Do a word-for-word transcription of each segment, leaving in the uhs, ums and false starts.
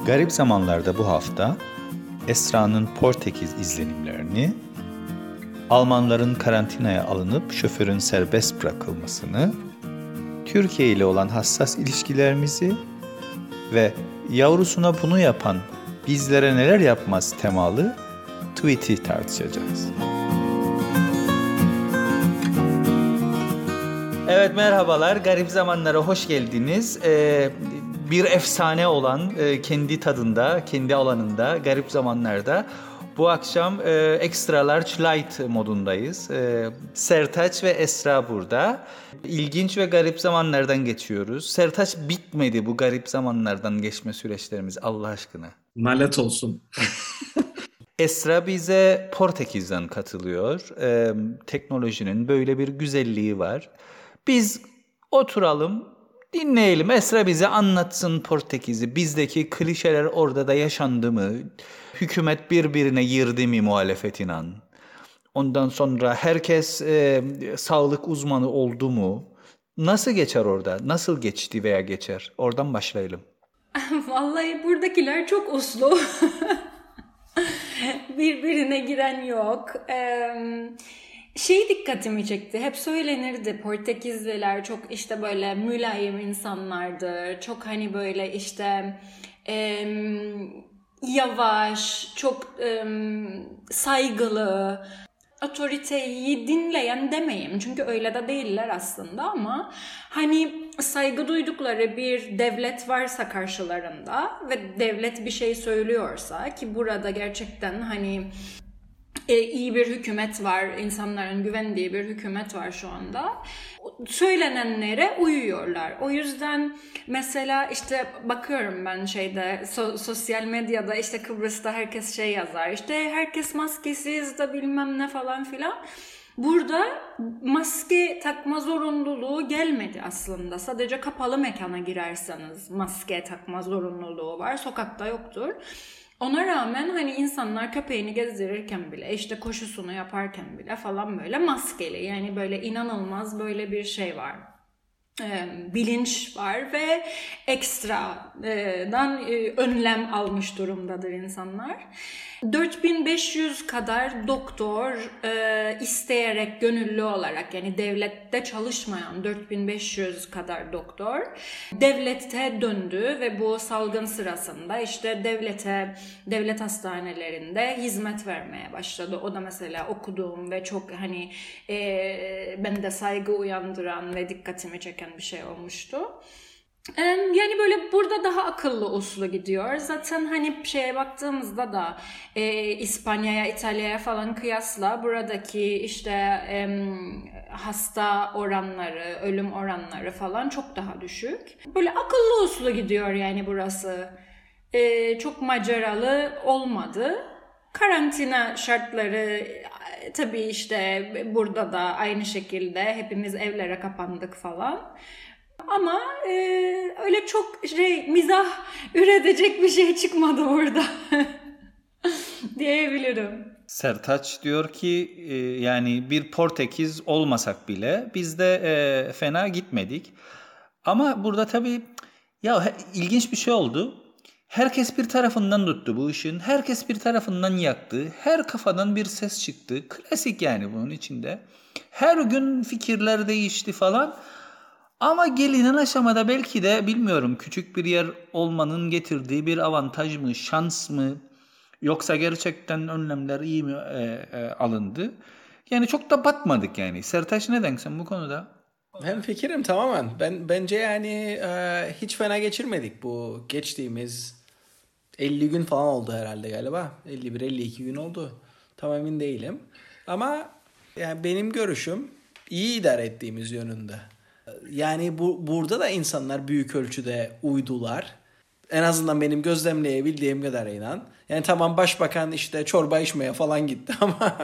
Garip Zamanlar'da bu hafta Esra'nın Portekiz izlenimlerini, Almanların karantinaya alınıp şoförün serbest bırakılmasını, Türkiye ile olan hassas ilişkilerimizi ve yavrusuna bunu yapan bizlere neler yapmaz temalı tweet'i tartışacağız. Evet, merhabalar. Garip Zamanlar'a hoş geldiniz. Ee, bir efsane olan e, kendi tadında, kendi alanında Garip Zamanlar'da bu akşam e, Extra Large Light modundayız. E, Sertaç ve Esra burada. İlginç ve garip zamanlardan geçiyoruz. Sertaç, bitmedi bu garip zamanlardan geçme süreçlerimiz Allah aşkına. Nalet olsun. Esra bize Portekiz'den katılıyor. Ee, teknolojinin böyle bir güzelliği var. Biz oturalım, dinleyelim. Esra bize anlatsın Portekiz'i. Bizdeki klişeler orada da yaşandı mı? Hükümet birbirine yırdı mı muhalefetinle? Ondan sonra herkes e, sağlık uzmanı oldu mu? Nasıl geçer orada? Nasıl geçti veya geçer? Oradan başlayalım. Vallahi buradakiler çok uslu. Birbirine giren yok. Ee, şey dikkatimi çekti. Hep söylenirdi, Portekizliler çok işte böyle mülayim insanlardır. Çok hani böyle işte e, yavaş, çok e, saygılı. Otoriteyi dinleyen demeyeyim, çünkü öyle de değiller aslında, ama hani saygı duydukları bir devlet varsa karşılarında ve devlet bir şey söylüyorsa, ki burada gerçekten hani e, iyi bir hükümet var, insanların güvendiği bir hükümet var şu anda, söylenenlere uyuyorlar. O yüzden mesela işte bakıyorum ben şeyde so- sosyal medyada, işte Kıbrıs'ta herkes şey yazar, işte herkes maskesiz de bilmem ne falan filan. Burada maske takma zorunluluğu gelmedi aslında. Sadece kapalı mekana girerseniz maske takma zorunluluğu var. Sokakta yoktur. Ona rağmen hani insanlar köpeğini gezdirirken bile, işte koşusunu yaparken bile falan böyle maskeli. Yani böyle inanılmaz böyle bir şey var. E, bilinç var ve ekstradan e, önlem almış durumdadır insanlar. dört bin beş yüz kadar doktor e, isteyerek, gönüllü olarak, yani devlette çalışmayan dört bin beş yüz kadar doktor devlete döndü ve bu salgın sırasında işte devlete, devlet hastanelerinde hizmet vermeye başladı. O da mesela okuduğum ve çok hani e, bende saygı uyandıran ve dikkatimi çeken bir şey olmuştu. Yani böyle burada daha akıllı uslu gidiyor. Zaten hani şeye baktığımızda da e, İspanya'ya, İtalya'ya falan kıyasla buradaki işte e, hasta oranları, ölüm oranları falan çok daha düşük. Böyle akıllı uslu gidiyor yani burası. E, çok maceralı olmadı. Karantina şartları tabii işte burada da aynı şekilde hepimiz evlere kapandık falan. Ama e, öyle çok şey, mizah üretecek bir şey çıkmadı burada diyebilirim. Sertaç diyor ki e, yani bir Portekiz olmasak bile biz de e, fena gitmedik. Ama burada tabii ya he- ilginç bir şey oldu. Herkes bir tarafından tuttu bu işin. Herkes bir tarafından yaktı. Her kafadan bir ses çıktı. Klasik yani bunun içinde. Her gün fikirler değişti falan. Ama gelinen aşamada belki de bilmiyorum, küçük bir yer olmanın getirdiği bir avantaj mı, şans mı, yoksa gerçekten önlemler iyi mi e, e, alındı? Yani çok da batmadık yani. Sertaç, ne dersin bu konuda? Hem fikirim tamamen. Ben bence yani e, hiç fena geçirmedik bu geçtiğimiz elli gün falan oldu herhalde galiba. elli bir elli iki gün oldu. Tam emin değilim. Ama yani benim görüşüm iyi idare ettiğimiz yönünde. Yani bu burada da insanlar büyük ölçüde uydular. En azından benim gözlemleyebildiğim kadarıyla. Yani tamam, başbakan işte çorba içmeye falan gitti ama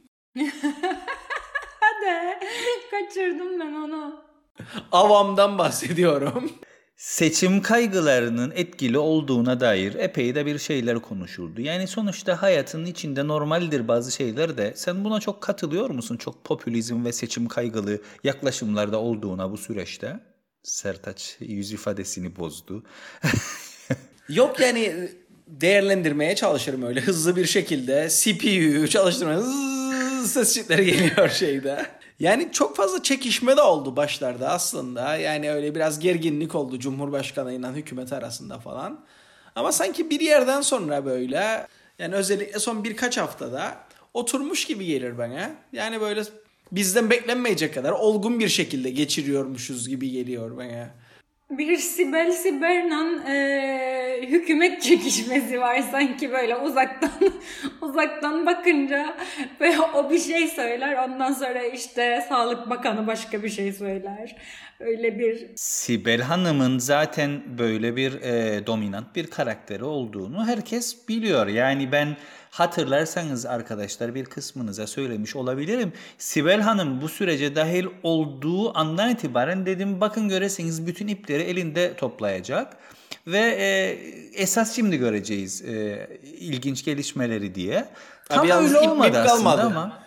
Hadi, kaçırdım ben onu. avamdan bahsediyorum. Seçim kaygılarının etkili olduğuna dair epey de bir şeyler konuşuldu. Yani sonuçta hayatın içinde normaldir bazı şeyler de. Sen buna çok katılıyor musun? Çok popülizm ve seçim kaygılı yaklaşımlarda olduğuna bu süreçte. Sertaç yüz ifadesini bozdu. Yok yani değerlendirmeye çalışırım öyle hızlı bir şekilde. C P U'yu çalıştırmaya hızlı sesçikleri geliyor şeyde. Yani çok fazla çekişme de oldu başlarda aslında. Yani öyle biraz gerginlik oldu Cumhurbaşkanı ile hükümet arasında falan. Ama sanki bir yerden sonra böyle yani özellikle son birkaç haftada oturmuş gibi gelir bana. Yani böyle bizden beklenmeyecek kadar olgun bir şekilde geçiriyormuşuz gibi geliyor bana. Bir Sibel Sibernan e, hükümet çekişmesi var sanki böyle uzaktan uzaktan bakınca ve o bir şey söyler, ondan sonra işte Sağlık Bakanı başka bir şey söyler. Öyle bir Sibel Hanım'ın zaten böyle bir e, dominant bir karakteri olduğunu herkes biliyor. Yani ben hatırlarsanız arkadaşlar bir kısmınıza söylemiş olabilirim. Sibel Hanım bu sürece dahil olduğu andan itibaren dedim bakın göresiniz bütün ipleri elinde toplayacak. Ve e, esas şimdi göreceğiz e, ilginç gelişmeleri diye. Tam Abi öyle ip, olmadı ip aslında kalmadı. ama.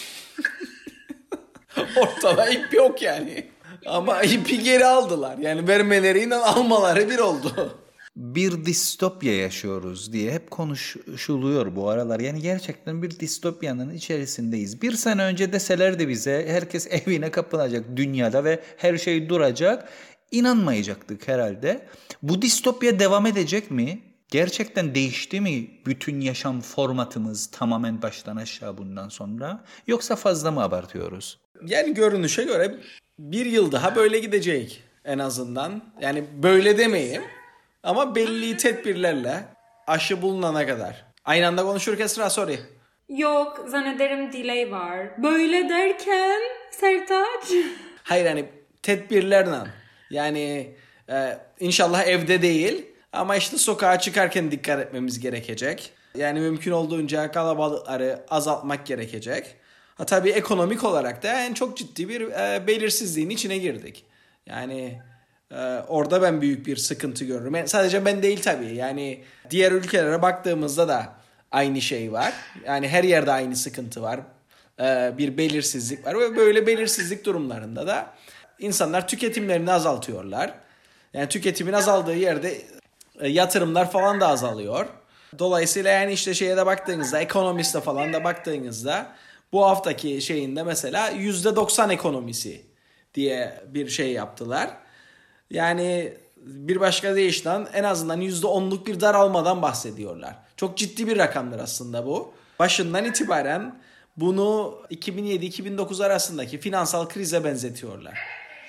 Ortada ip yok yani. Ama ipi geri aldılar. Yani vermeleriyle almaları bir oldu. Bir distopya yaşıyoruz diye hep konuşuluyor bu aralar. Yani gerçekten bir distopyanın içerisindeyiz. Bir sene önce deselerdi bize herkes evine kapanacak dünyada ve her şey duracak. İnanmayacaktık herhalde. Bu distopya devam edecek mi? Gerçekten değişti mi bütün yaşam formatımız tamamen baştan aşağı bundan sonra? Yoksa fazla mı abartıyoruz? Yani görünüşe göre bir yıl daha böyle gidecek en azından. Yani böyle demeyeyim. Ama belli tedbirlerle aşı bulunana kadar. Aynı anda konuşurken sıra sorry. yok zannederim delay var. Böyle derken Sertaç. Hayır hani tedbirlerle. Yani e, inşallah evde değil ama işte sokağa çıkarken dikkat etmemiz gerekecek. Yani mümkün olduğunca kalabalıkları azaltmak gerekecek. Ha tabii ekonomik olarak da en çok ciddi bir e, belirsizliğin içine girdik. Yani e, orada ben büyük bir sıkıntı görüyorum. Yani sadece ben değil tabii. Yani diğer ülkelere baktığımızda da aynı şey var. Yani her yerde aynı sıkıntı var. E, bir belirsizlik var ve böyle belirsizlik durumlarında da insanlar tüketimlerini azaltıyorlar. Yani tüketimin azaldığı yerde e, yatırımlar falan da azalıyor. Dolayısıyla yani işte şeye de baktığınızda, Economist'e falan da baktığınızda bu haftaki şeyinde mesela yüzde doksan ekonomisi diye bir şey yaptılar. Yani bir başka deyişle en azından yüzde onluk bir daralmadan bahsediyorlar. Çok ciddi bir rakamdır aslında bu. Başından itibaren bunu iki bin yedi iki bin dokuz arasındaki finansal krize benzetiyorlar.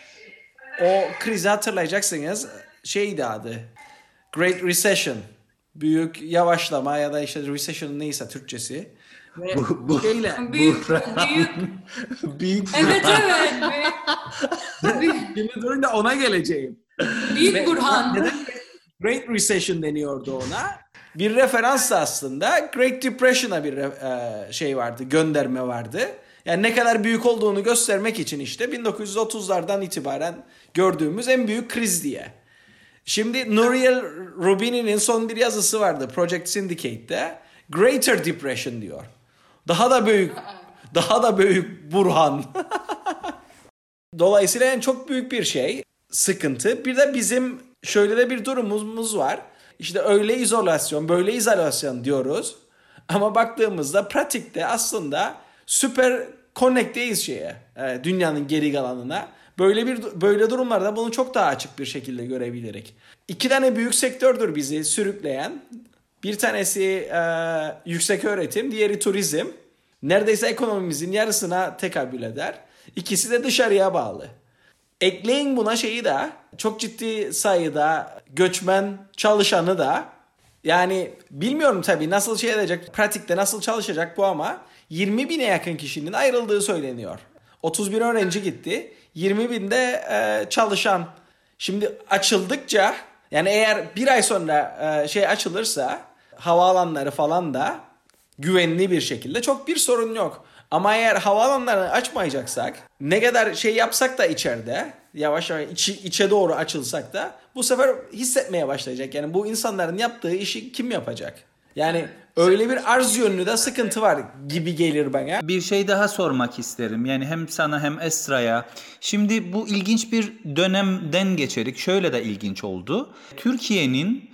O krizi hatırlayacaksınız şeydi adı Great Recession. Büyük yavaşlama ya da işte recession neyse Türkçesi. Ve Bu, bu, şeyle Büyük, büyük. büyük Evet evet. Büyük, şimdi durun da ona geleceğim. büyük Burhan. Neden Great Recession deniyordu ona? Bir referans aslında Great Depression'a bir e, şey vardı, gönderme vardı. Yani ne kadar büyük olduğunu göstermek için işte bin dokuz yüz otuzlardan itibaren gördüğümüz en büyük kriz diye. Şimdi Nouriel Roubini'nin son bir yazısı vardı Project Syndicate'de. Greater Depression diyor. Daha da büyük, daha da büyük Burhan. Dolayısıyla yani çok büyük bir şey, sıkıntı. Bir de bizim şöyle de bir durumumuz var. İşte öyle izolasyon, böyle izolasyon diyoruz. Ama baktığımızda pratikte aslında süper connect'teyiz şeye, dünyanın geri kalanına. Böyle bir böyle durumlarda bunu çok daha açık bir şekilde görebiliriz. İki tane büyük sektördür bizi sürükleyen. Bir tanesi e, yüksek öğretim, diğeri turizm. Neredeyse ekonomimizin yarısına tekabül eder. İkisi de dışarıya bağlı. Ekleyin buna şeyi de çok ciddi sayıda göçmen çalışanı da yani bilmiyorum tabii nasıl şey edecek, pratikte nasıl çalışacak bu ama yirmi bine yakın kişinin ayrıldığı söyleniyor. otuz bin öğrenci gitti, yirmi binde e, çalışan. Şimdi açıldıkça yani eğer bir ay sonra e, şey açılırsa havaalanları falan da güvenli bir şekilde çok bir sorun yok. Ama eğer havaalanlarını açmayacaksak ne kadar şey yapsak da içeride yavaş yavaş içi, içe doğru açılsak da bu sefer hissetmeye başlayacak. Yani bu insanların yaptığı işi kim yapacak? Yani öyle bir arz yönlü de sıkıntı var gibi gelir bana. Bir şey daha sormak isterim. Yani hem sana hem Esra'ya. Şimdi bu ilginç bir dönemden geçerik. Şöyle de ilginç oldu. Türkiye'nin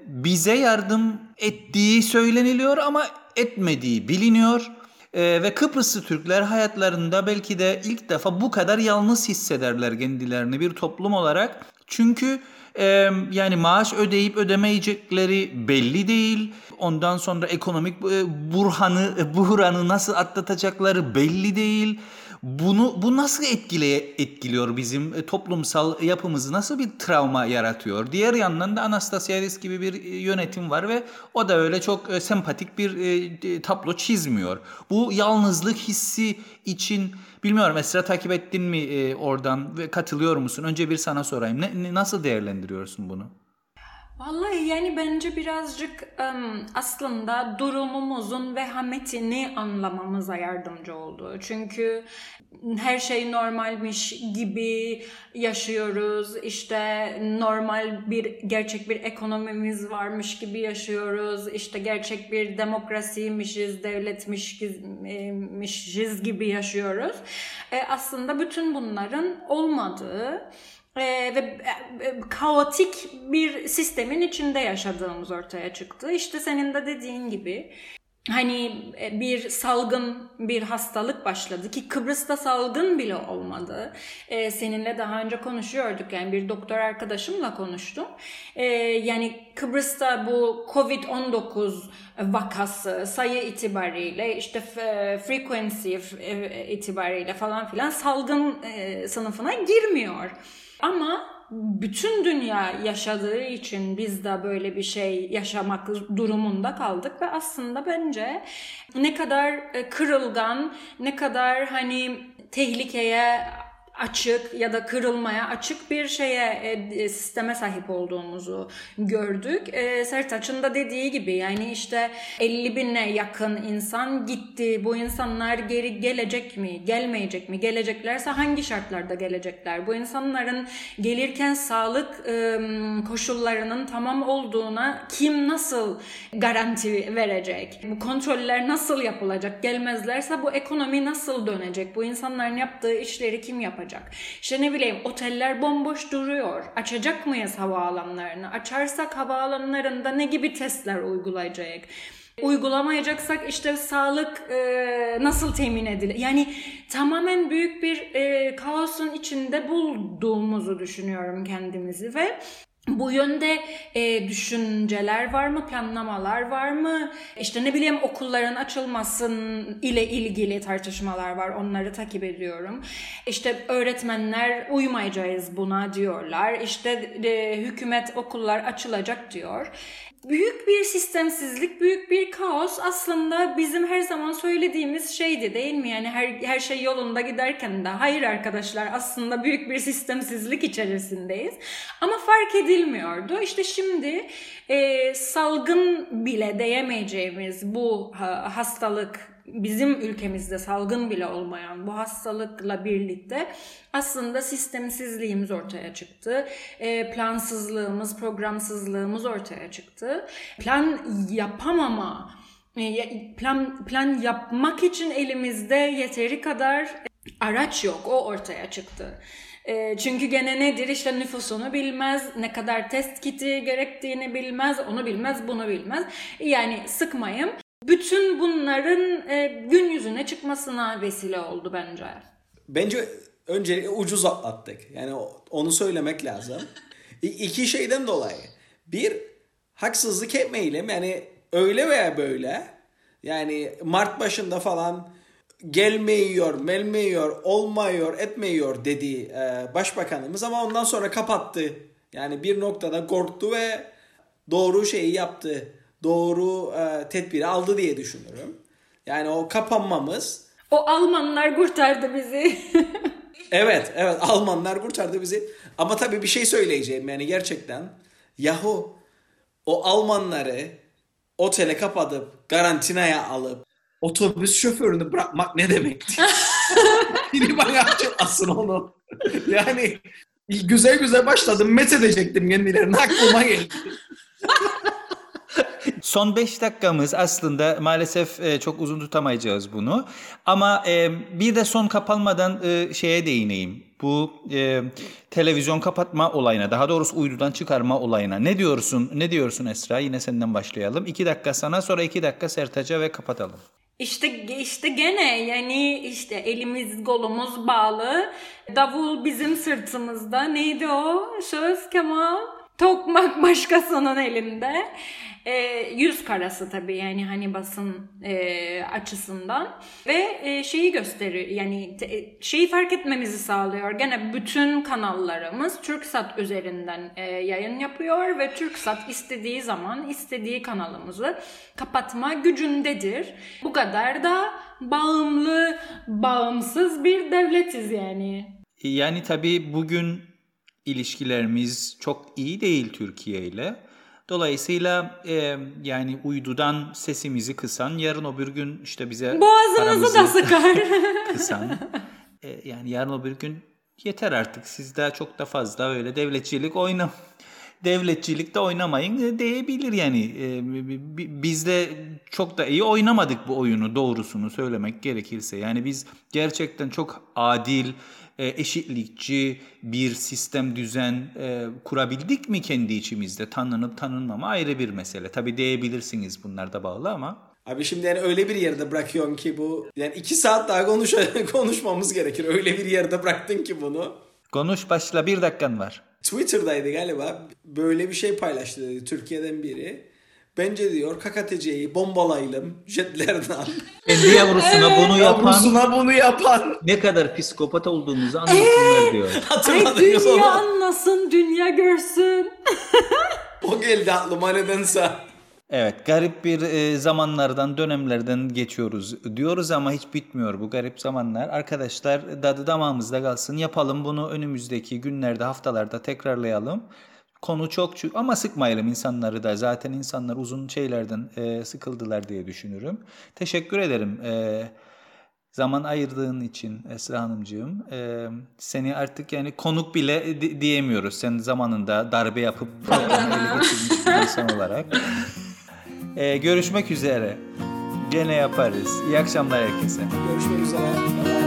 bize yardım ettiği söyleniliyor ama etmediği biliniyor. Ee, ve Kıbrıslı Türkler hayatlarında belki de ilk defa bu kadar yalnız hissederler kendilerini bir toplum olarak. Çünkü e, yani maaş ödeyip ödemeyecekleri belli değil. Ondan sonra ekonomik e, burhanı, buhranı nasıl atlatacakları belli değil. Bunu bu nasıl etkile, etkiliyor bizim e, toplumsal yapımızı, nasıl bir travma yaratıyor? Diğer yandan da Anastasiadis gibi bir e, yönetim var ve o da öyle çok e, sempatik bir e, tablo çizmiyor. Bu yalnızlık hissi için bilmiyorum, Esra, takip ettin mi e, oradan ve katılıyor musun? Önce bir sana sorayım. Ne, ne, nasıl değerlendiriyorsun bunu? Vallahi yani bence birazcık um, aslında durumumuzun vehametini anlamamıza yardımcı oldu. Çünkü her şey normalmiş gibi yaşıyoruz. İşte normal bir, gerçek bir ekonomimiz varmış gibi yaşıyoruz. İşte gerçek bir demokrasiymişiz, devletmişiz gibi yaşıyoruz. E, aslında bütün bunların olmadığı Ee, ve e, kaotik bir sistemin içinde yaşadığımız ortaya çıktı. İşte senin de dediğin gibi hani bir salgın, bir hastalık başladı ki Kıbrıs'ta salgın bile olmadı. Ee, seninle daha önce konuşuyorduk, yani bir doktor arkadaşımla konuştum. Ee, yani Kıbrıs'ta bu kovid on dokuz vakası sayı itibariyle, işte frequency itibariyle falan filan salgın e, sınıfına girmiyor. Ama bütün dünya yaşadığı için biz de böyle bir şey yaşamak durumunda kaldık ve aslında bence ne kadar kırılgan, ne kadar hani tehlikeye açık ya da kırılmaya açık bir şeye, sisteme sahip olduğumuzu gördük. E, Sertaç'ın da dediği gibi yani işte elli bine yakın insan gitti. Bu insanlar geri gelecek mi? Gelmeyecek mi? Geleceklerse hangi şartlarda gelecekler? Bu insanların gelirken sağlık e, koşullarının tamam olduğuna kim nasıl garanti verecek? Bu kontroller nasıl yapılacak? Gelmezlerse bu ekonomi nasıl dönecek? Bu insanların yaptığı işleri kim yapacak? İşte ne bileyim, oteller bomboş duruyor. Açacak mıyız havaalanlarını? Açarsak havaalanlarında ne gibi testler uygulayacak? Uygulamayacaksak işte sağlık e, nasıl temin edilir? Yani tamamen büyük bir e, kaosun içinde bulduğumuzu düşünüyorum kendimizi ve bu yönde e, düşünceler var mı, planlamalar var mı? İşte ne bileyim, okulların açılmasın ile ilgili tartışmalar var, onları takip ediyorum. İşte öğretmenler uymayacağız buna diyorlar. İşte e, hükümet okullar açılacak diyor. Büyük bir sistemsizlik, büyük bir kaos aslında bizim her zaman söylediğimiz şeydi, değil mi? Yani her her şey yolunda giderken de hayır arkadaşlar, aslında büyük bir sistemsizlik içerisindeyiz. Ama fark edilmiyordu. İşte şimdi e, salgın bile diyemeyeceğimiz bu ha, hastalık, bizim ülkemizde salgın bile olmayan bu hastalıkla birlikte aslında sistemsizliğimiz ortaya çıktı. E, plansızlığımız, programsızlığımız ortaya çıktı. Plan yapamama, e, plan plan yapmak için elimizde yeteri kadar araç yok. O ortaya çıktı. E, çünkü gene nedir? İşte nüfusunu bilmez, ne kadar test kiti gerektiğini bilmez, onu bilmez, bunu bilmez. Yani sıkmayın. Bütün bunların e, gün yüzüne çıkmasına vesile oldu bence. Bence öncelikle ucuz atlattık. Yani onu söylemek lazım. İki şeyden dolayı. Bir, haksızlık etmeyelim. Yani öyle veya böyle. Yani Mart başında falan gelmiyor, melmiyor, olmuyor, etmiyor dedi e, başbakanımız ama ondan sonra kapattı. Yani bir noktada korktu ve doğru şeyi yaptı. Doğru e, tedbiri aldı diye düşünüyorum. Yani o kapanmamız. O Almanlar kurtardı bizi. evet, evet Almanlar kurtardı bizi. Ama tabii bir şey söyleyeceğim yani gerçekten. Yahu o Almanları otele kapatıp karantinaya alıp otobüs şoförünü bırakmak ne demekti? Biri bana açıklasın onu. Yani güzel güzel başladım, met edecektim kendilerini, aklıma geldi. Son beş dakikamız aslında maalesef e, çok uzun tutamayacağız bunu. Ama e, bir de son kapanmadan e, şeye değineyim. Bu e, televizyon kapatma olayına, daha doğrusu uydudan çıkarma olayına. Ne diyorsun? Ne diyorsun Esra? Yine senden başlayalım. İki dakika sana, sonra iki dakika Sertaç'a ve kapatalım. İşte işte gene yani işte elimiz kolumuz bağlı. Davul bizim sırtımızda. Neydi o söz Kemal? Tokmak başkasının elinde. E, yüz karası tabii yani hani basın e, açısından ve e, şeyi gösteriyor yani te, şeyi fark etmemizi sağlıyor. Gene bütün kanallarımız Türksat üzerinden e, yayın yapıyor ve Türksat istediği zaman istediği kanalımızı kapatma gücündedir. Bu kadar da bağımlı, bağımsız bir devletiz yani. Yani tabii bugün ilişkilerimiz çok iyi değil Türkiye ile. Dolayısıyla e, yani uydudan sesimizi kısan, yarın öbür gün işte bize boğazınızı da sıkar. kısan. E, yani yarın öbür gün yeter artık, siz daha çok da fazla öyle devletçilik oynam. Devletçilikte oynamayın diyebilir yani. E, biz de çok da iyi oynamadık bu oyunu, doğrusunu söylemek gerekirse. Yani biz gerçekten çok adil, eşitlikçi bir sistem, düzen e, kurabildik mi kendi içimizde? Tanınıp tanınmama ayrı bir mesele. Tabii diyebilirsiniz, bunlar da bağlı ama. Abi şimdi yani öyle bir yerde bırakıyorsun ki bu, yani iki saat daha konuş konuşmamız gerekir. Öyle bir yerde bıraktın ki bunu. Konuş, başla, bir dakikan var. Twitter'daydı galiba, böyle bir şey paylaştı dedi Türkiye'den biri. Bence diyor K K T C'yi bombalayalım jetlerden. Kendi yavrusuna bunu yapan, yavrusuna bunu yapan ne kadar psikopat olduğunuzu anlatınlar diyor. Ay dünya anlasın, dünya görsün. O geldi aklıma nedense. Evet, garip bir e, zamanlardan, dönemlerden geçiyoruz diyoruz ama hiç bitmiyor bu garip zamanlar. Arkadaşlar, dadı damağımızda kalsın. Yapalım bunu, önümüzdeki günlerde, haftalarda tekrarlayalım. Konu çok ama sıkmayalım insanları da. Zaten insanlar uzun şeylerden e, sıkıldılar diye düşünürüm. Teşekkür ederim e, zaman ayırdığın için Esra Hanımcığım. E, seni artık yani konuk bile di- diyemiyoruz. Sen zamanında darbe yapıp programı ele geçirmiş bir insan olarak. E, görüşmek üzere. Gene yaparız. İyi akşamlar herkese. Görüşmek üzere. Bye.